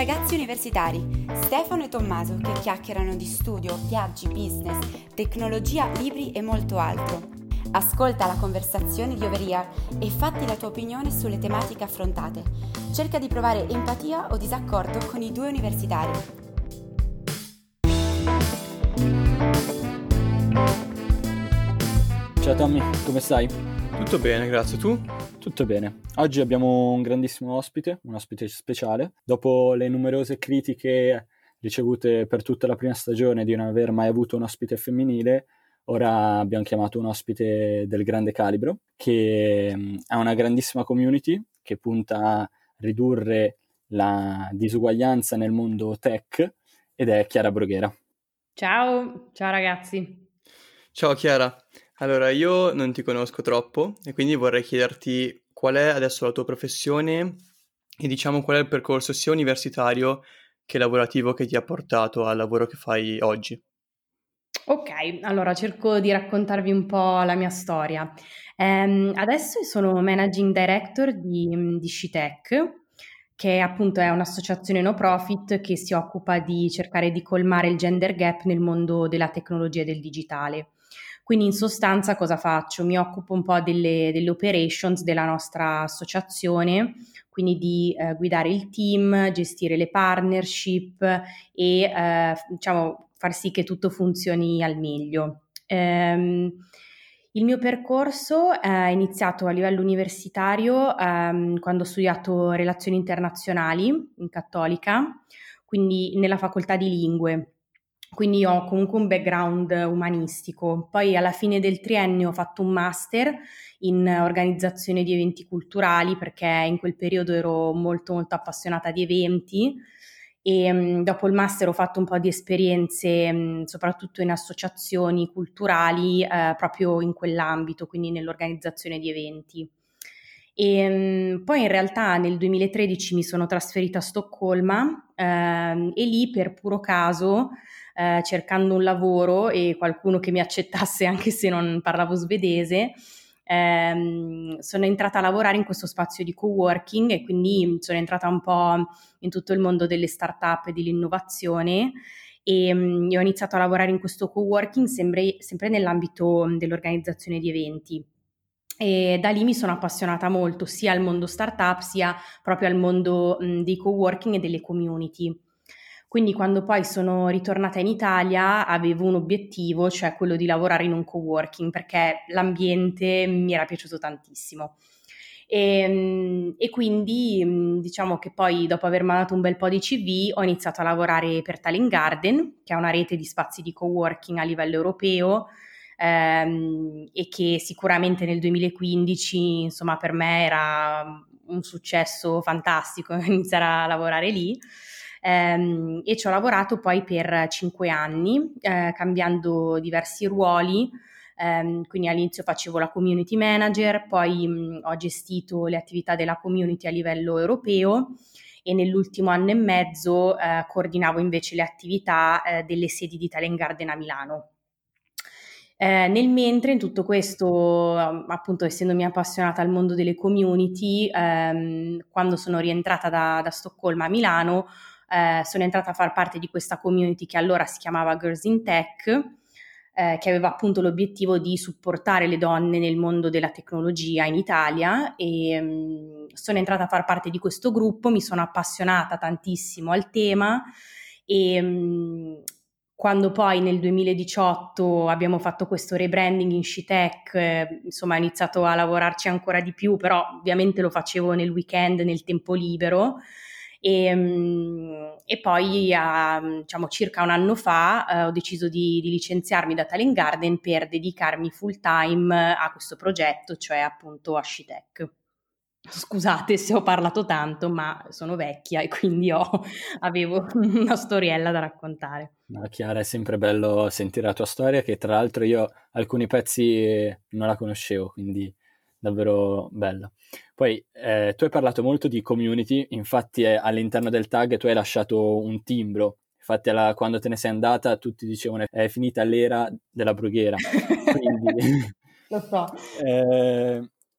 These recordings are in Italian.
ragazzi universitari, Stefano e Tommaso, che chiacchierano di studio, viaggi, business, tecnologia, libri e molto altro. Ascolta la conversazione di Overear e fatti la tua opinione sulle tematiche affrontate. Cerca di provare empatia o disaccordo con i due universitari. Ciao Tommy, come stai? Tutto bene, grazie. Tu? Tutto bene. Oggi abbiamo un grandissimo ospite, un ospite speciale. Dopo le numerose critiche ricevute per tutta la prima stagione di non aver mai avuto un ospite femminile, ora abbiamo chiamato un ospite del grande calibro, che ha una grandissima community che punta a ridurre la disuguaglianza nel mondo tech, ed è Chiara Broghera. Ciao ragazzi. Ciao Chiara. Allora, io non ti conosco troppo e quindi vorrei chiederti qual è adesso la tua professione e diciamo qual è il percorso sia universitario che lavorativo che ti ha portato al lavoro che fai oggi. Ok, allora cerco di raccontarvi un po' la mia storia. Adesso sono Managing Director di SciTech, che appunto è un'associazione no profit che si occupa di cercare di colmare il gender gap nel mondo della tecnologia e del digitale. Quindi in sostanza cosa faccio? Mi occupo un po' delle operations della nostra associazione, quindi di guidare il team, gestire le partnership e diciamo far sì che tutto funzioni al meglio. Il mio percorso è iniziato a livello universitario quando ho studiato relazioni internazionali in Cattolica, quindi nella facoltà di lingue. Quindi ho comunque un background umanistico. Poi alla fine del triennio ho fatto un master in organizzazione di eventi culturali perché in quel periodo ero molto molto appassionata di eventi e dopo il master ho fatto un po' di esperienze soprattutto in associazioni culturali proprio in quell'ambito, quindi nell'organizzazione di eventi. Poi in realtà nel 2013 mi sono trasferita a Stoccolma e lì per puro caso cercando un lavoro e qualcuno che mi accettasse anche se non parlavo svedese, sono entrata a lavorare in questo spazio di coworking e quindi sono entrata un po' in tutto il mondo delle start-up e dell'innovazione e ho iniziato a lavorare in questo coworking sempre nell'ambito dell'organizzazione di eventi. E da lì mi sono appassionata molto sia al mondo startup sia proprio al mondo dei coworking e delle community. Quindi quando poi sono ritornata in Italia avevo un obiettivo, cioè quello di lavorare in un coworking perché l'ambiente mi era piaciuto tantissimo. E quindi diciamo che poi dopo aver mandato un bel po' di CV ho iniziato a lavorare per Talent Garden, che è una rete di spazi di coworking a livello europeo, e che sicuramente nel 2015 insomma per me era un successo fantastico iniziare a lavorare lì e ci ho lavorato poi per 5 anni cambiando diversi ruoli. Quindi all'inizio facevo la community manager, poi ho gestito le attività della community a livello europeo e nell'ultimo anno e mezzo coordinavo invece le attività delle sedi di Talent Garden a Milano. Nel mentre in tutto questo, appunto essendomi appassionata al mondo delle community, quando sono rientrata da Stoccolma a Milano, sono entrata a far parte di questa community che allora si chiamava Girls in Tech, che aveva appunto l'obiettivo di supportare le donne nel mondo della tecnologia in Italia e sono entrata a far parte di questo gruppo, mi sono appassionata tantissimo al tema e quando poi nel 2018 abbiamo fatto questo rebranding in SciTech, insomma ho iniziato a lavorarci ancora di più, però ovviamente lo facevo nel weekend, nel tempo libero e poi diciamo circa un anno fa ho deciso di licenziarmi da Talent Garden per dedicarmi full time a questo progetto, cioè appunto a SciTech. Scusate se ho parlato tanto, ma sono vecchia e quindi avevo una storiella da raccontare. No, Chiara, è sempre bello sentire la tua storia, che tra l'altro io alcuni pezzi non la conoscevo, quindi davvero bella. Poi tu hai parlato molto di community, infatti all'interno del tag tu hai lasciato un timbro, infatti quando te ne sei andata tutti dicevano è finita l'era della Broghera, quindi Lo so.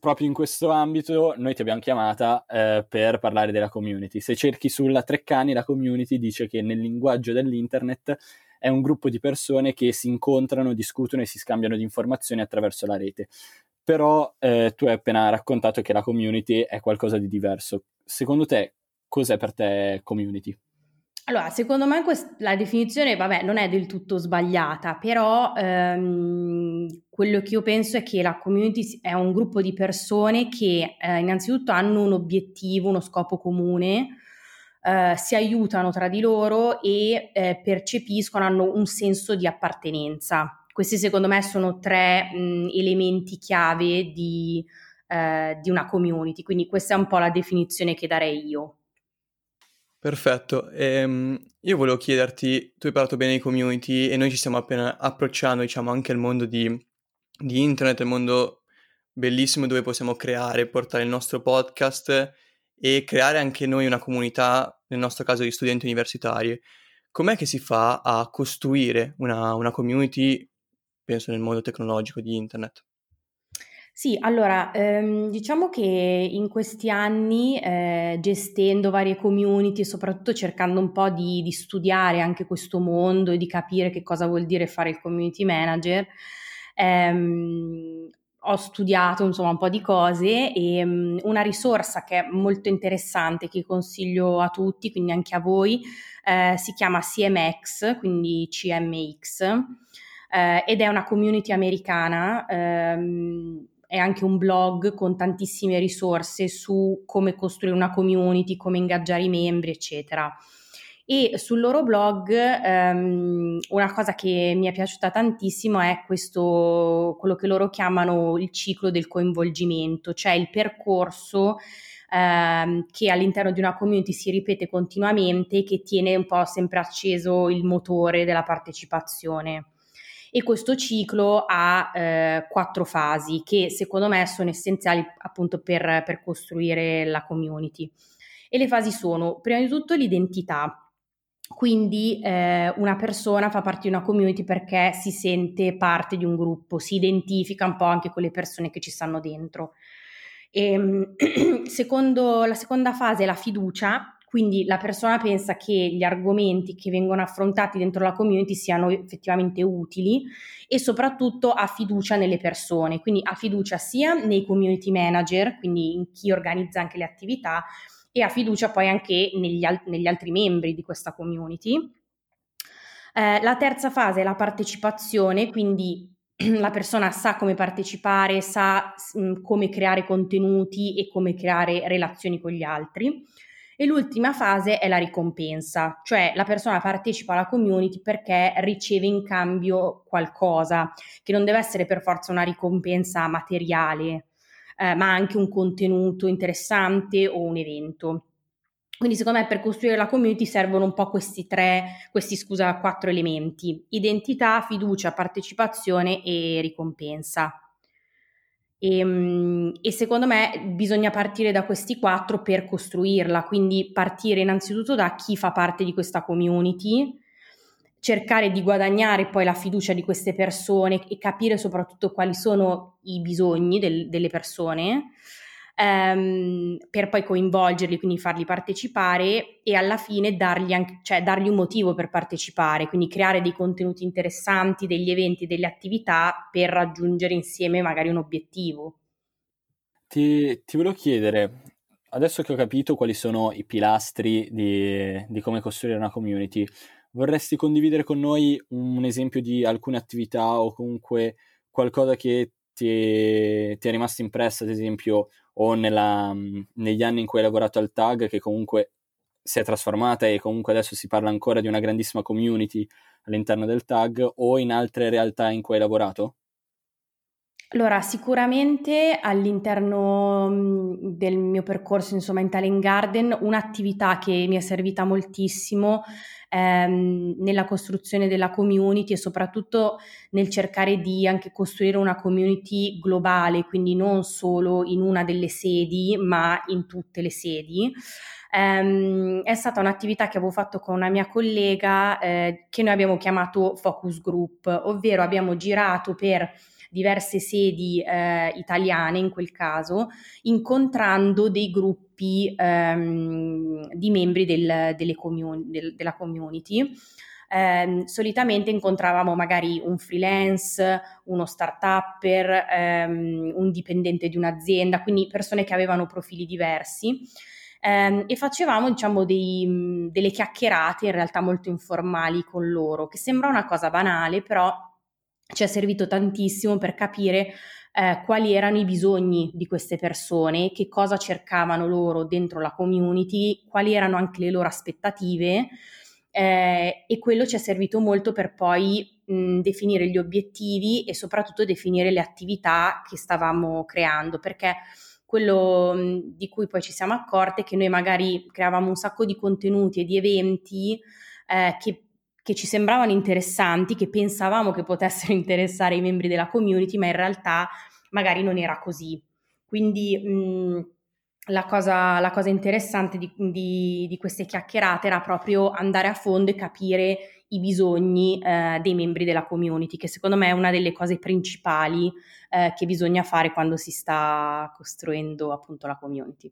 proprio in questo ambito noi ti abbiamo chiamata per parlare della community. Se cerchi sulla Treccani, la community dice che nel linguaggio dell'internet è un gruppo di persone che si incontrano, discutono e si scambiano di informazioni attraverso la rete. Però tu hai appena raccontato che la community è qualcosa di diverso. Secondo te, cos'è per te community? Allora, secondo me la definizione, vabbè, non è del tutto sbagliata, però quello che io penso è che la community è un gruppo di persone che innanzitutto hanno un obiettivo, uno scopo comune, si aiutano tra di loro e percepiscono, hanno un senso di appartenenza. Questi secondo me sono tre elementi chiave di una community, quindi questa è un po' la definizione che darei io. Perfetto, io volevo chiederti, tu hai parlato bene di community e noi ci stiamo appena approcciando, diciamo, anche al mondo di internet, il mondo bellissimo dove possiamo creare, portare il nostro podcast e creare anche noi una comunità, nel nostro caso di studenti universitari. Com'è che si fa a costruire una community, penso nel mondo tecnologico di internet? Sì, allora, diciamo che in questi anni, gestendo varie community e soprattutto cercando un po' di studiare anche questo mondo e di capire che cosa vuol dire fare il community manager, ho studiato insomma un po' di cose e una risorsa che è molto interessante, che consiglio a tutti, quindi anche a voi, si chiama CMX, quindi CMX, ed è una community americana. È anche un blog con tantissime risorse su come costruire una community, come ingaggiare i membri, eccetera. E sul loro blog una cosa che mi è piaciuta tantissimo è quello che loro chiamano il ciclo del coinvolgimento, cioè il percorso che all'interno di una community si ripete continuamente e che tiene un po' sempre acceso il motore della partecipazione. E questo ciclo ha 4 fasi che secondo me sono essenziali appunto per costruire la community. E le fasi sono, prima di tutto, l'identità. Quindi una persona fa parte di una community perché si sente parte di un gruppo, si identifica un po' anche con le persone che ci stanno dentro. La seconda fase è la fiducia. Quindi la persona pensa che gli argomenti che vengono affrontati dentro la community siano effettivamente utili e soprattutto ha fiducia nelle persone, quindi ha fiducia sia nei community manager, quindi in chi organizza anche le attività, e ha fiducia poi anche negli altri membri di questa community. La terza fase è la partecipazione, quindi la persona sa come partecipare, sa come creare contenuti e come creare relazioni con gli altri. E l'ultima fase è la ricompensa, cioè la persona partecipa alla community perché riceve in cambio qualcosa, che non deve essere per forza una ricompensa materiale, ma anche un contenuto interessante o un evento. Quindi secondo me per costruire la community servono un po' questi 4 elementi: identità, fiducia, partecipazione e ricompensa. E secondo me bisogna partire da questi 4 per costruirla, quindi partire innanzitutto da chi fa parte di questa community, cercare di guadagnare poi la fiducia di queste persone e capire soprattutto quali sono i bisogni delle persone, per poi coinvolgerli, quindi farli partecipare e alla fine dargli un motivo per partecipare, quindi creare dei contenuti interessanti, degli eventi, delle attività per raggiungere insieme magari un obiettivo. Ti volevo chiedere, adesso che ho capito quali sono i pilastri di come costruire una community, vorresti condividere con noi un esempio di alcune attività o comunque qualcosa che ti è rimasto impresso, ad esempio, o negli anni in cui hai lavorato al TAG, che comunque si è trasformata e comunque adesso si parla ancora di una grandissima community all'interno del TAG, o in altre realtà in cui hai lavorato? Allora, sicuramente all'interno del mio percorso, insomma, in Talent Garden, un'attività che mi è servita moltissimo nella costruzione della community e soprattutto nel cercare di anche costruire una community globale, quindi non solo in una delle sedi, ma in tutte le sedi. È stata un'attività che avevo fatto con una mia collega che noi abbiamo chiamato Focus Group, ovvero abbiamo girato per diverse sedi italiane in quel caso, incontrando dei gruppi di membri della community. Solitamente incontravamo magari un freelance, uno start-upper, un dipendente di un'azienda, quindi persone che avevano profili diversi. E facevamo, diciamo, delle chiacchierate in realtà molto informali con loro, che sembra una cosa banale, però ci è servito tantissimo per capire quali erano i bisogni di queste persone, che cosa cercavano loro dentro la community, quali erano anche le loro aspettative, e quello ci è servito molto per poi definire gli obiettivi e soprattutto definire le attività che stavamo creando, perché quello di cui poi ci siamo accorte è che noi magari creavamo un sacco di contenuti e di eventi che ci sembravano interessanti, che pensavamo che potessero interessare i membri della community, ma in realtà magari non era così. Quindi la cosa interessante di queste chiacchierate era proprio andare a fondo e capire i bisogni dei membri della community, che secondo me è una delle cose principali che bisogna fare quando si sta costruendo appunto la community.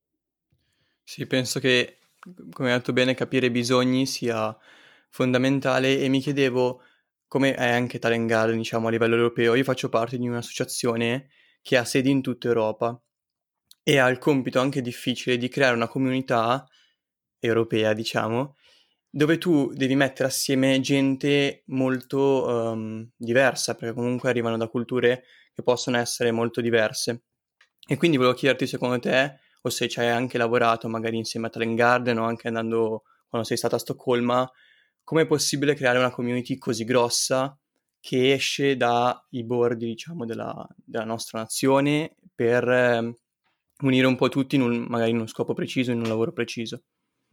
Sì, penso che, come hai detto bene, capire i bisogni sia fondamentale e mi chiedevo, come è anche Talent Garden, diciamo, a livello europeo, io faccio parte di un'associazione che ha sedi in tutta Europa e ha il compito anche difficile di creare una comunità europea, diciamo, dove tu devi mettere assieme gente molto diversa, perché comunque arrivano da culture che possono essere molto diverse. E quindi volevo chiederti, secondo te, o se ci hai anche lavorato magari insieme a Talent Garden o anche andando quando sei stata a Stoccolma, come è possibile creare una community così grossa che esce dai bordi, diciamo, della nostra nazione per unire un po' tutti magari in uno scopo preciso, in un lavoro preciso?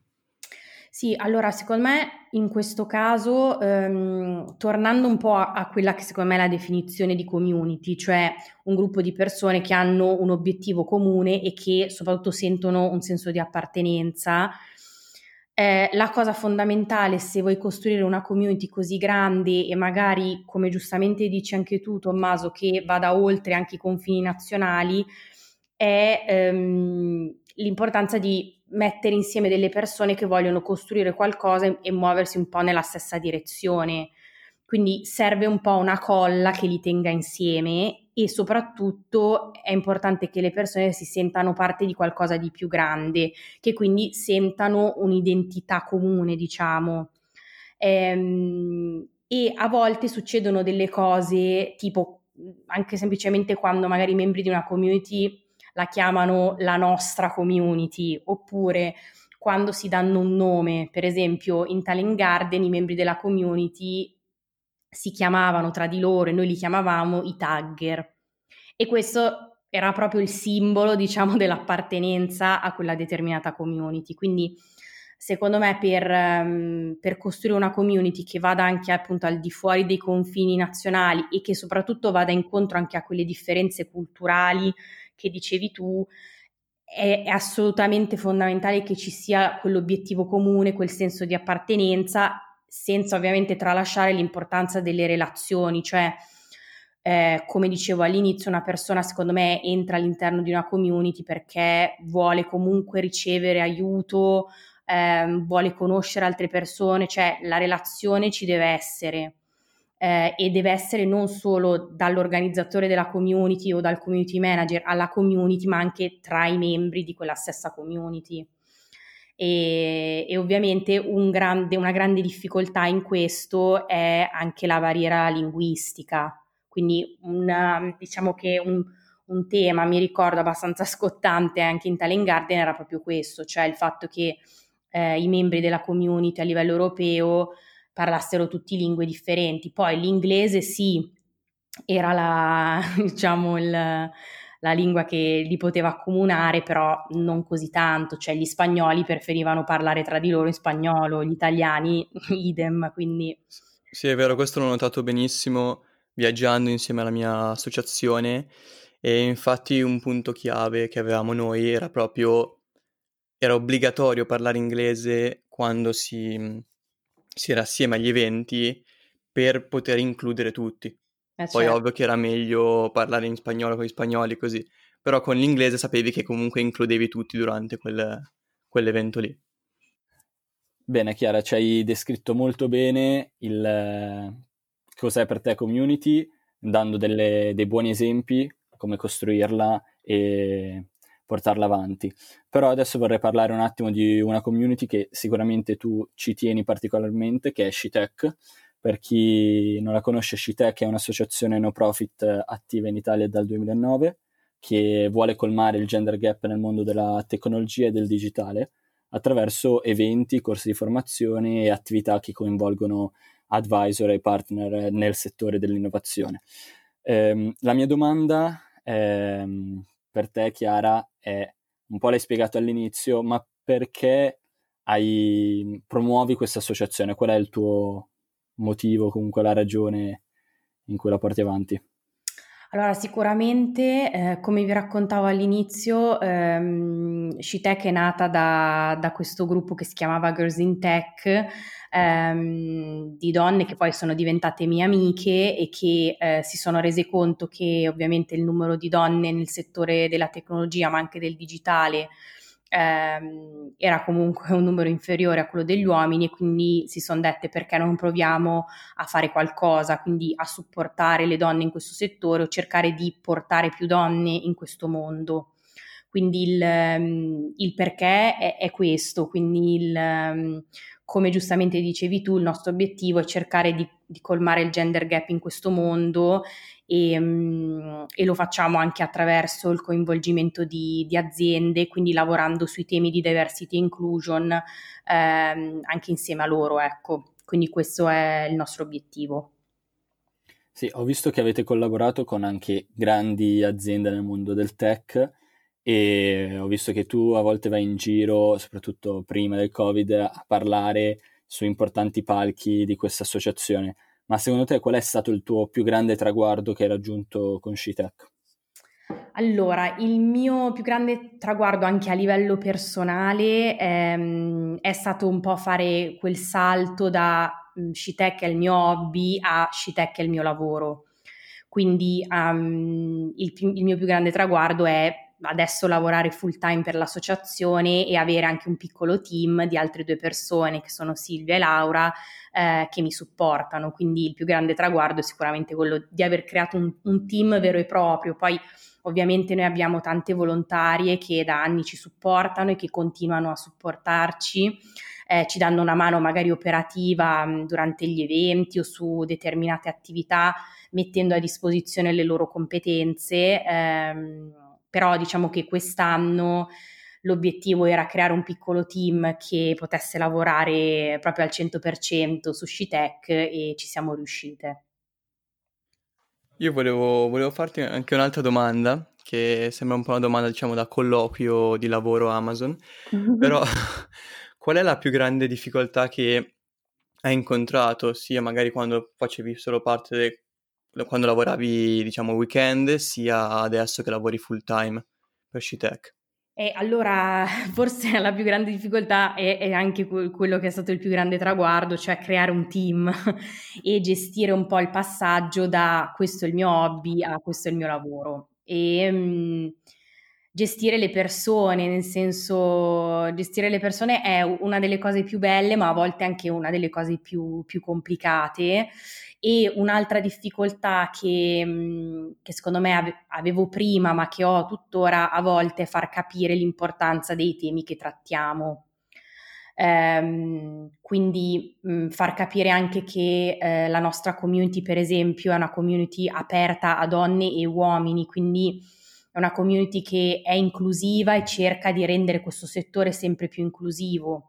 Sì, allora secondo me in questo caso, tornando un po' a quella che secondo me è la definizione di community, cioè un gruppo di persone che hanno un obiettivo comune e che soprattutto sentono un senso di appartenenza. La cosa fondamentale, se vuoi costruire una community così grande e magari, come giustamente dici anche tu, Tommaso, che vada oltre anche i confini nazionali, è l'importanza di mettere insieme delle persone che vogliono costruire qualcosa e muoversi un po' nella stessa direzione. Quindi serve un po' una colla che li tenga insieme e soprattutto è importante che le persone si sentano parte di qualcosa di più grande, che quindi sentano un'identità comune, diciamo. E a volte succedono delle cose tipo anche semplicemente quando magari i membri di una community la chiamano la nostra community, oppure quando si danno un nome, per esempio in Talent Garden i membri della community si chiamavano tra di loro e noi li chiamavamo i tagger, e questo era proprio il simbolo, diciamo, dell'appartenenza a quella determinata community. Quindi secondo me per costruire una community che vada anche appunto al di fuori dei confini nazionali e che soprattutto vada incontro anche a quelle differenze culturali che dicevi tu, è assolutamente fondamentale che ci sia quell'obiettivo comune, quel senso di appartenenza, senza ovviamente tralasciare l'importanza delle relazioni, cioè come dicevo all'inizio, una persona secondo me entra all'interno di una community perché vuole comunque ricevere aiuto, vuole conoscere altre persone, cioè la relazione ci deve essere. E deve essere non solo dall'organizzatore della community o dal community manager alla community, ma anche tra i membri di quella stessa community. E ovviamente una grande difficoltà in questo è anche la barriera linguistica. Quindi diciamo che un tema, mi ricordo, abbastanza scottante anche in Talent Garden era proprio questo, cioè il fatto che i membri della community a livello europeo parlassero tutti lingue differenti. Poi l'inglese sì, era diciamo la lingua che li poteva accomunare, però non così tanto, cioè gli spagnoli preferivano parlare tra di loro in spagnolo, gli italiani idem, quindi... Sì, è vero, questo l'ho notato benissimo viaggiando insieme alla mia associazione e infatti un punto chiave che avevamo noi era obbligatorio parlare inglese quando si era assieme agli eventi per poter includere tutti. Poi Certo. ovvio che era meglio parlare in spagnolo con gli spagnoli così, però con l'inglese sapevi che comunque includevi tutti durante quell'evento lì. Bene, Chiara, ci hai descritto molto bene cos'è per te community, dando dei buoni esempi, come costruirla e portarla avanti. Però adesso vorrei parlare un attimo di una community che sicuramente tu ci tieni particolarmente, che è SciTech. Per chi non la conosce, SciTech è un'associazione no profit attiva in Italia dal 2009, che vuole colmare il gender gap nel mondo della tecnologia e del digitale attraverso eventi, corsi di formazione e attività che coinvolgono advisor e partner nel settore dell'innovazione. La mia domanda per te, Chiara, è un po' l'hai spiegato all'inizio, ma perché promuovi questa associazione? Qual è il tuo motivo, comunque la ragione in cui la porti avanti? Allora, sicuramente, come vi raccontavo all'inizio, SciTech è nata da questo gruppo che si chiamava Girls in Tech, di donne che poi sono diventate mie amiche e che si sono rese conto che ovviamente il numero di donne nel settore della tecnologia, ma anche del digitale, era comunque un numero inferiore a quello degli uomini, e quindi si sono dette perché non proviamo a fare qualcosa, quindi a supportare le donne in questo settore o cercare di portare più donne in questo mondo. Quindi il perché è questo, quindi come giustamente dicevi tu, il nostro obiettivo è cercare di colmare il gender gap in questo mondo e lo facciamo anche attraverso il coinvolgimento di aziende, quindi lavorando sui temi di diversity e inclusion anche insieme a loro, ecco. Quindi questo è il nostro obiettivo. Sì, ho visto che avete collaborato con anche grandi aziende nel mondo del tech e ho visto che tu a volte vai in giro, soprattutto prima del Covid, a parlare su importanti palchi di questa associazione. Ma secondo te qual è stato il tuo più grande traguardo che hai raggiunto con SciTech? Allora, il mio più grande traguardo anche a livello personale è stato un po' fare quel salto da SciTech è il mio hobby a SciTech è il mio lavoro. Quindi il mio più grande traguardo è adesso lavorare full time per l'associazione e avere anche un piccolo team di altre due persone che sono Silvia e Laura che mi supportano. Quindi il più grande traguardo è sicuramente quello di aver creato un team vero e proprio. Poi ovviamente noi abbiamo tante volontarie che da anni ci supportano e che continuano a supportarci, ci danno una mano magari operativa durante gli eventi o su determinate attività, mettendo a disposizione le loro competenze. Però diciamo che quest'anno l'obiettivo era creare un piccolo team che potesse lavorare proprio al 100% su SciTech e ci siamo riuscite. Io volevo farti anche un'altra domanda, che sembra un po' una domanda, diciamo, da colloquio di lavoro Amazon, però qual è la più grande difficoltà che hai incontrato, sia magari quando facevi solo quando lavoravi, diciamo, weekend, sia adesso che lavori full time per SciTech? E allora forse la più grande difficoltà è anche quello che è stato il più grande traguardo, cioè creare un team e gestire un po' il passaggio da questo è il mio hobby a questo è il mio lavoro. Gestire le persone, nel senso, gestire le persone è una delle cose più belle, ma a volte anche una delle cose più complicate. E un'altra difficoltà che secondo me avevo prima, ma che ho tuttora a volte, è far capire l'importanza dei temi che trattiamo. Quindi far capire anche che la nostra community, per esempio, è una community aperta a donne e uomini, quindi è una community che è inclusiva e cerca di rendere questo settore sempre più inclusivo.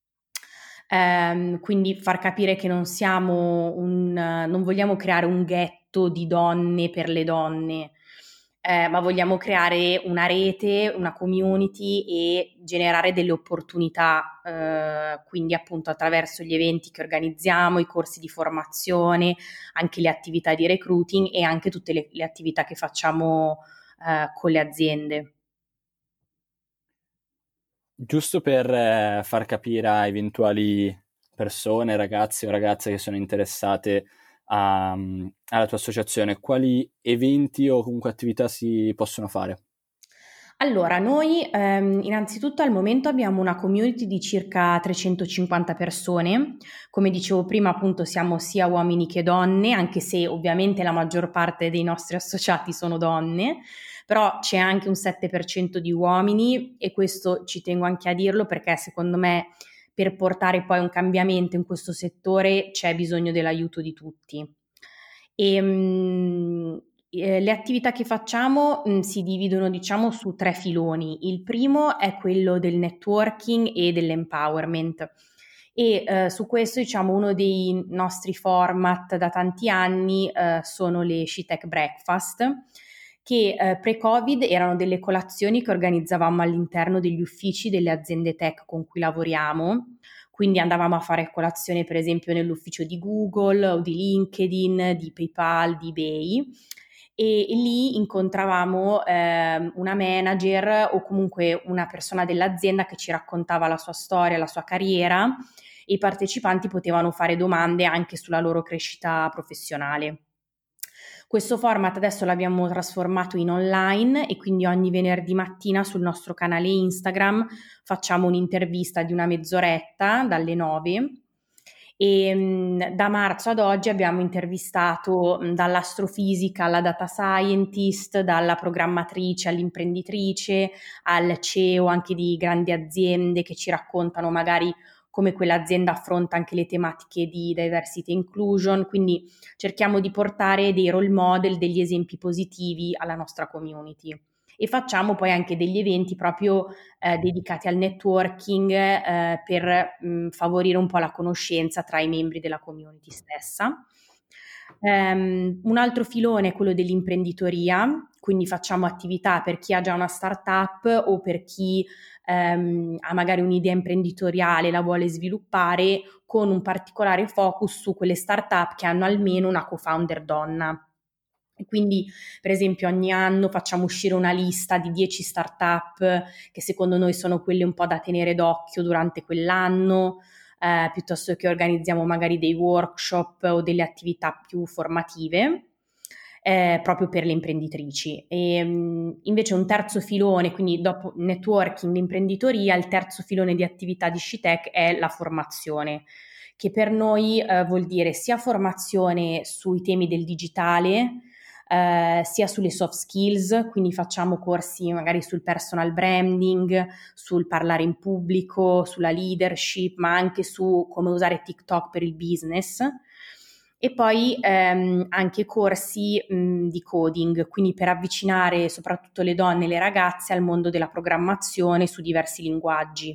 Quindi far capire che non vogliamo creare un ghetto di donne per le donne, ma vogliamo creare una rete, una community e generare delle opportunità, quindi appunto attraverso gli eventi che organizziamo, i corsi di formazione, anche le attività di recruiting e anche tutte le attività che facciamo con le aziende. Giusto per far capire a eventuali persone, ragazzi o ragazze che sono interessate alla tua associazione, quali eventi o comunque attività si possono fare? Allora, noi innanzitutto al momento abbiamo una community di circa 350 persone. Come dicevo prima, appunto, siamo sia uomini che donne, anche se ovviamente la maggior parte dei nostri associati sono donne, però c'è anche un 7% di uomini, e questo ci tengo anche a dirlo perché secondo me per portare poi un cambiamento in questo settore c'è bisogno dell'aiuto di tutti. E, le attività che facciamo si dividono, diciamo, su 3 filoni. Il primo è quello del networking e dell'empowerment, e su questo, diciamo, uno dei nostri format da tanti anni sono le SheTech Breakfast, che pre-Covid erano delle colazioni che organizzavamo all'interno degli uffici delle aziende tech con cui lavoriamo. Quindi andavamo a fare colazione per esempio nell'ufficio di Google o di LinkedIn, di PayPal, di eBay, e lì incontravamo una manager o comunque una persona dell'azienda che ci raccontava la sua storia, la sua carriera, e i partecipanti potevano fare domande anche sulla loro crescita professionale. Questo format adesso l'abbiamo trasformato in online, e quindi ogni venerdì mattina sul nostro canale Instagram facciamo un'intervista di una mezz'oretta dalle 9, e da marzo ad oggi abbiamo intervistato dall'astrofisica alla data scientist, dalla programmatrice all'imprenditrice, al CEO anche di grandi aziende che ci raccontano magari come quell'azienda affronta anche le tematiche di diversity e inclusion. Quindi cerchiamo di portare dei role model, degli esempi positivi alla nostra community. E facciamo poi anche degli eventi proprio dedicati al networking per favorire un po' la conoscenza tra i membri della community stessa. Un altro filone è quello dell'imprenditoria, quindi facciamo attività per chi ha già una startup o per chi ha magari un'idea imprenditoriale e la vuole sviluppare, con un particolare focus su quelle startup che hanno almeno una co-founder donna. E quindi, per esempio, ogni anno facciamo uscire una lista di 10 startup che secondo noi sono quelle un po' da tenere d'occhio durante quell'anno, piuttosto che organizziamo magari dei workshop o delle attività più formative. Proprio per le imprenditrici. E invece un terzo filone, quindi dopo networking, imprenditoria, il terzo filone di attività di SheTech è la formazione, che per noi vuol dire sia formazione sui temi del digitale, sia sulle soft skills, quindi facciamo corsi magari sul personal branding, sul parlare in pubblico, sulla leadership, ma anche su come usare TikTok per il business. E poi anche corsi di coding, quindi per avvicinare soprattutto le donne e le ragazze al mondo della programmazione su diversi linguaggi.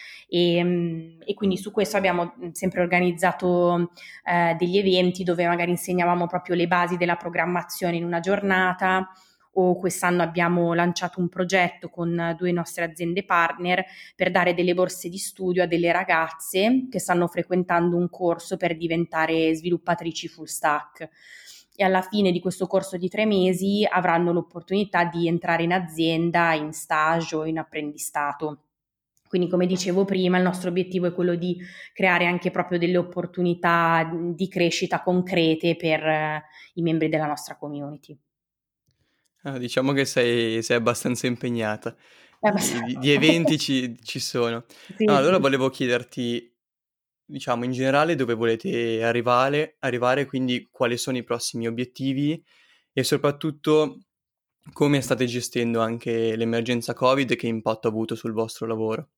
E quindi su questo abbiamo sempre organizzato degli eventi dove magari insegnavamo proprio le basi della programmazione in una giornata, o quest'anno abbiamo lanciato un progetto con 2 nostre aziende partner per dare delle borse di studio a delle ragazze che stanno frequentando un corso per diventare sviluppatrici full stack. E alla fine di questo corso di 3 mesi avranno l'opportunità di entrare in azienda, in stage o in apprendistato. Quindi, come dicevo prima, il nostro obiettivo è quello di creare anche proprio delle opportunità di crescita concrete per i membri della nostra community. Diciamo che sei abbastanza impegnata. È Di eventi ci sono. Sì, No, allora sì. volevo chiederti, diciamo, in generale dove volete arrivare, quindi quali sono i prossimi obiettivi e soprattutto come state gestendo anche l'emergenza Covid e che impatto ha avuto sul vostro lavoro.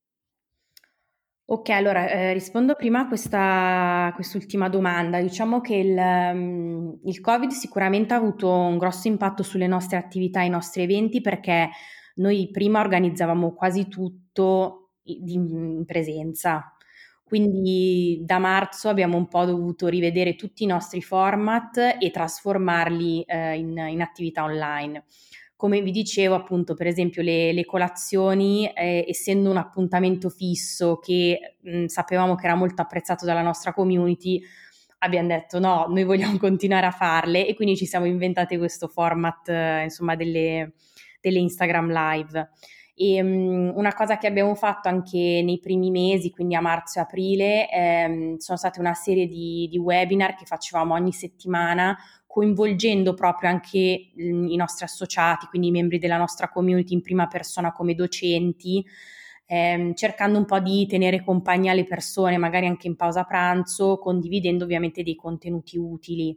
Ok, allora rispondo prima a quest'ultima domanda. Diciamo che il Covid sicuramente ha avuto un grosso impatto sulle nostre attività e i nostri eventi, perché noi prima organizzavamo quasi tutto in presenza. Quindi da marzo abbiamo un po' dovuto rivedere tutti i nostri format e trasformarli in attività online. Come vi dicevo, appunto, per esempio le colazioni, essendo un appuntamento fisso che sapevamo che era molto apprezzato dalla nostra community, abbiamo detto no, noi vogliamo continuare a farle, e quindi ci siamo inventate questo format, insomma, delle Instagram live. E una cosa che abbiamo fatto anche nei primi mesi, quindi a marzo e aprile, sono state una serie di webinar che facevamo ogni settimana, coinvolgendo proprio anche i nostri associati, quindi i membri della nostra community in prima persona come docenti, cercando un po' di tenere compagnia alle persone, magari anche in pausa pranzo, condividendo ovviamente dei contenuti utili.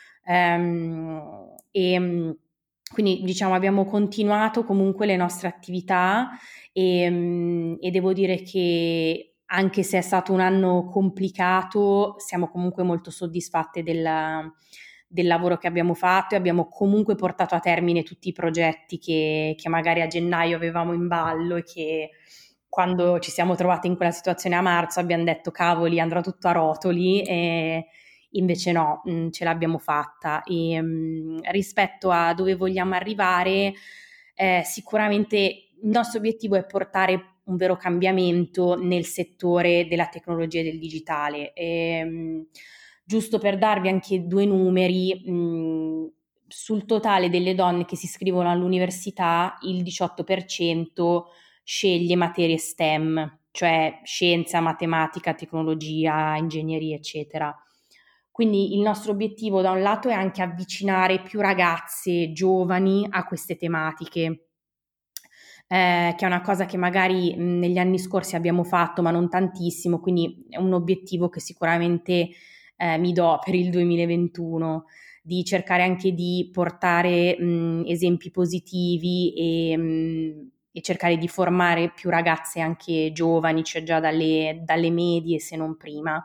Quindi diciamo abbiamo continuato comunque le nostre attività e devo dire che anche se è stato un anno complicato, siamo comunque molto soddisfatte del lavoro che abbiamo fatto e abbiamo comunque portato a termine tutti i progetti che magari a gennaio avevamo in ballo e che quando ci siamo trovati in quella situazione a marzo abbiamo detto cavoli, andrà tutto a rotoli, e invece no, ce l'abbiamo fatta. E rispetto a dove vogliamo arrivare, sicuramente il nostro obiettivo è portare un vero cambiamento nel settore della tecnologia e del digitale. Giusto per darvi anche due numeri, sul totale delle donne che si iscrivono all'università, il 18% sceglie materie STEM, cioè scienza, matematica, tecnologia, ingegneria, eccetera. Quindi il nostro obiettivo da un lato è anche avvicinare più ragazze giovani a queste tematiche, che è una cosa che magari negli anni scorsi abbiamo fatto, ma non tantissimo, quindi è un obiettivo che sicuramente mi do per il 2021, di cercare anche di portare esempi positivi e cercare di formare più ragazze anche giovani, cioè già dalle medie se non prima.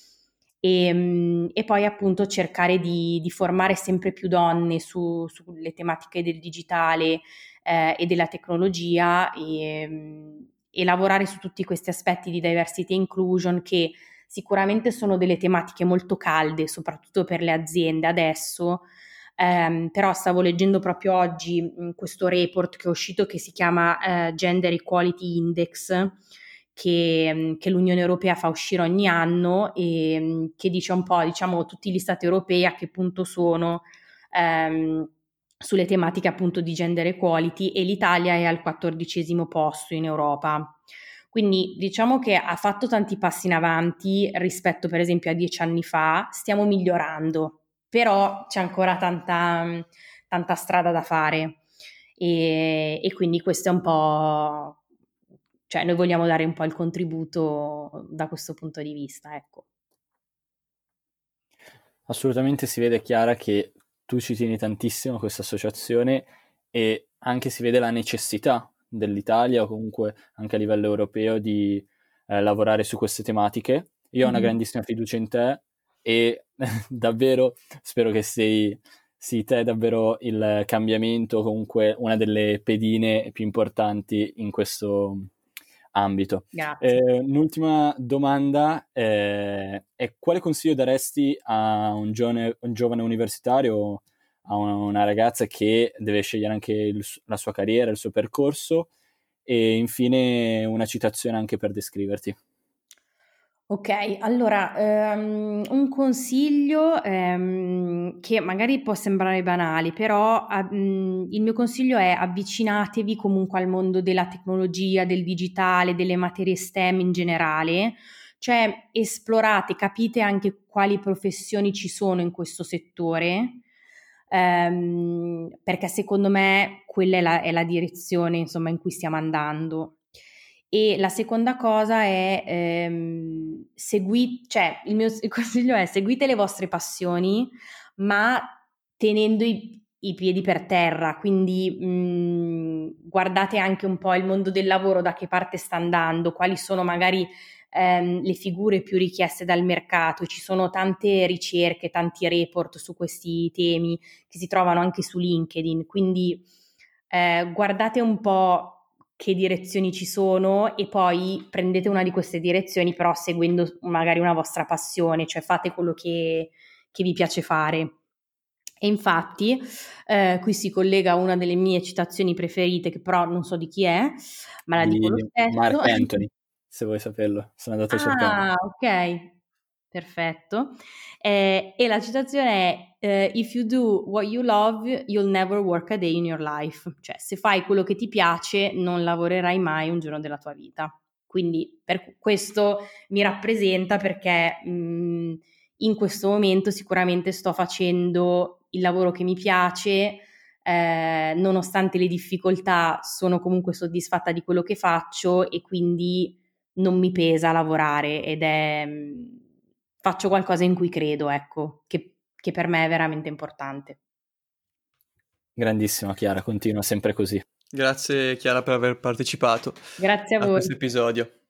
E poi appunto cercare di formare sempre più donne sulle tematiche del digitale e della tecnologia e lavorare su tutti questi aspetti di diversity e inclusion che sicuramente sono delle tematiche molto calde, soprattutto per le aziende adesso, però stavo leggendo proprio oggi questo report che è uscito che si chiama Gender Equality Index, che l'Unione Europea fa uscire ogni anno e che dice un po', diciamo, tutti gli stati europei a che punto sono sulle tematiche appunto di gender equality, e l'Italia è al 14° posto in Europa. Quindi diciamo che ha fatto tanti passi in avanti rispetto per esempio a 10 anni fa, stiamo migliorando, però c'è ancora tanta strada da fare e quindi questo è un po', cioè noi vogliamo dare un po' il contributo da questo punto di vista, ecco. Assolutamente si vede, Chiara, che tu ci tieni tantissimo a questa associazione e anche si vede la necessità dell'Italia o comunque anche a livello europeo di lavorare su queste tematiche. Io ho una grandissima fiducia in te e davvero spero che sii te davvero il cambiamento, comunque una delle pedine più importanti in questo ambito. Grazie. Un'ultima domanda è quale consiglio daresti a un giovane universitario o a una ragazza che deve scegliere anche la sua carriera, il suo percorso, e infine una citazione anche per descriverti. Ok, allora un consiglio che magari può sembrare banale, però il mio consiglio è avvicinatevi comunque al mondo della tecnologia, del digitale, delle materie STEM in generale, cioè esplorate, capite anche quali professioni ci sono in questo settore, perché secondo me quella è la direzione, insomma, in cui stiamo andando. E la seconda cosa è cioè il consiglio è seguite le vostre passioni, ma tenendo i piedi per terra, quindi guardate anche un po' il mondo del lavoro, da che parte sta andando, quali sono magari le figure più richieste dal mercato. Ci sono tante ricerche, tanti report su questi temi che si trovano anche su LinkedIn, quindi guardate un po' che direzioni ci sono e poi prendete una di queste direzioni, però seguendo magari una vostra passione, cioè fate quello che vi piace fare. E infatti qui si collega a una delle mie citazioni preferite, che però non so di chi è, ma la dico lo Di stesso. Mark Anthony, se vuoi saperlo, sono andato a cercare. Ah, ok, perfetto. E la citazione è If you do what you love, you'll never work a day in your life. Cioè, se fai quello che ti piace, non lavorerai mai un giorno della tua vita. Quindi per questo mi rappresenta, perché in questo momento sicuramente sto facendo il lavoro che mi piace, nonostante le difficoltà sono comunque soddisfatta di quello che faccio e quindi non mi pesa lavorare ed è faccio qualcosa in cui credo, ecco, che per me è veramente importante. Grandissima Chiara, continua sempre così. Grazie Chiara per aver partecipato Grazie a a voi. questo episodio.